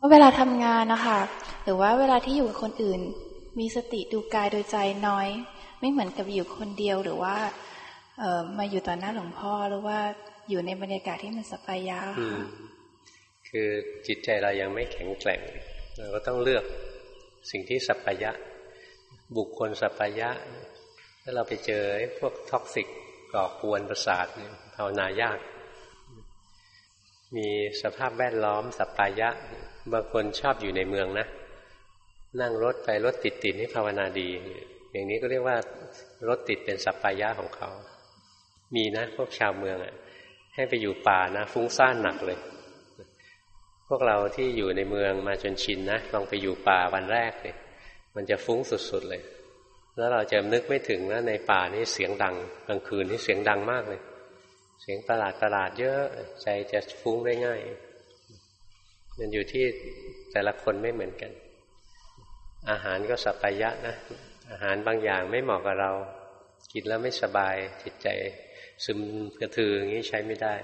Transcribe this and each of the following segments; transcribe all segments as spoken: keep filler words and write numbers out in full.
เวลาทำงานนะคะหรือว่าเวลาที่อยู่กับคนอื่นมีสติดูกายโดยใจน้อยไม่เหมือนกับอยู่คนเดียวหรือว่าเอ่อมาอยู่ต่อหน้าหลวงพ่อหรือว่าอยู่ในบรรยากาศที่มันสัปายะค่ะคือจิตใจเรายังไม่แข็งแกร่งเราก็ต้องเลือกสิ่งที่สัปปายะบุคคลสัปปายะถ้าเราไปเจอไอ้พวกท็อกซิกก่อกวนประสาทภาวนายากมีสภาพแวดล้อมสัปปายะบางคนชอบอยู่ในเมืองนะนั่งรถไปรถติดติดนี่ภาวนาดีอย่างนี้ก็เรียกว่ารถติดเป็นสัปปายะของเขามีนะพวกชาวเมืองอ่ะให้ไปอยู่ป่านะฟุ้งซ่านหนักเลยพวกเราที่อยู่ในเมืองมาจนชินนะลองไปอยู่ป่าวันแรกเลยมันจะฟุ้งสุดๆเลยแล้วเราจะนึกไม่ถึงว่าในป่านี่เสียงดังกลางคืนนี่เสียงดังมากเลยเสียงประหลาดประหลาดเยอะใจจะฟุ้งได้ง่ายมันอยู่ที่แต่ละคนไม่เหมือนกันอาหารก็สัปปายะนะอาหารบางอย่างไม่เหมาะกับเรากินแล้วไม่สบายจิตใจซึมกระทืออย่างนี้ใช้ไม่ได้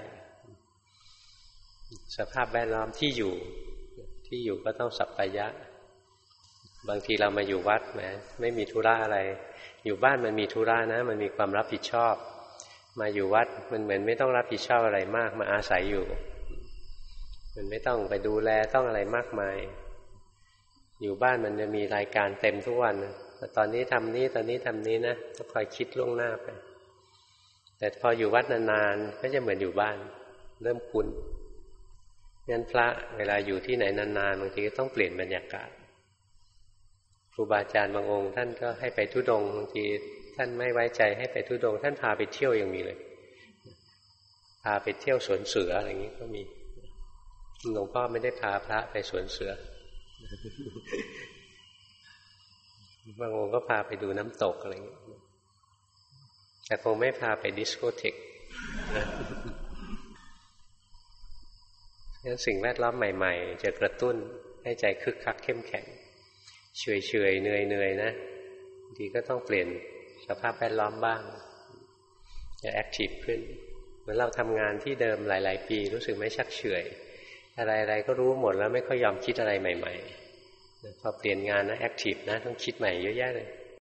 สภาพแวดล้อมที่อยู่ที่อยู่ก็ต้องสัปปายะบางทีเรามาอยู่วัดแหมไม่มีธุระอะไรอยู่บ้านมันมีธุระนะมันมีความรับผิดชอบมาอยู่วัดมันเหมือนไม่ต้องรับผิดชอบอะไรมากมาอาศัยอยู่มันไม่ต้องไปดูแลต้องอะไรมากมายอยู่บ้านมันจะมีรายการเต็มทุกวันตอนนี้ทำนี้ตอนนี้ทำนี้นะต้องคอยคิดล่วงหน้าไปแต่พออยู่วัดนานๆก็จะเหมือนอยู่บ้านเริ่มคุ้นงั้นพระเวลาอยู่ที่ไหนนานๆบางทีก็ต้องเปลี่ยนบรรยากาศครูบาอาจารย์บางองค์ท่านก็ให้ไปธุดงค์บางทีท่านไม่ไว้ใจให้ไปธุดงค์ท่านพาไปเที่ยวยังมีเลยพาไปเที่ยวสวนเสืออะไรอย่างนี้ก็มีหลวงพ่อไม่ได้พาพระไปสวนเสือบางองค์ก็พาไปดูน้ำตกอะไรอย่างนี้แต่คงไม่พาไปดิสโกเทคงั้นสิ่งแวดล้อมใหม่ๆจะกระตุ้นให้ใจคึกคักเข้มแข็งเฉยเฉยเหนื่อยเหนื่อยนะบางทีก็ต้องเปลี่ยนสภาพแวดล้อมบ้างจะแอคทีฟขึ้นเหมือนเราทำงานที่เดิมหลายๆปีรู้สึกไม่ชักเฉยอะไรๆก็รู้หมดแล้วไม่ค่อยยอมคิดอะไรใหม่ๆพอเปลี่ยนงานนะแอคทีฟนะต้องคิดใหม่เยอะแยะเลย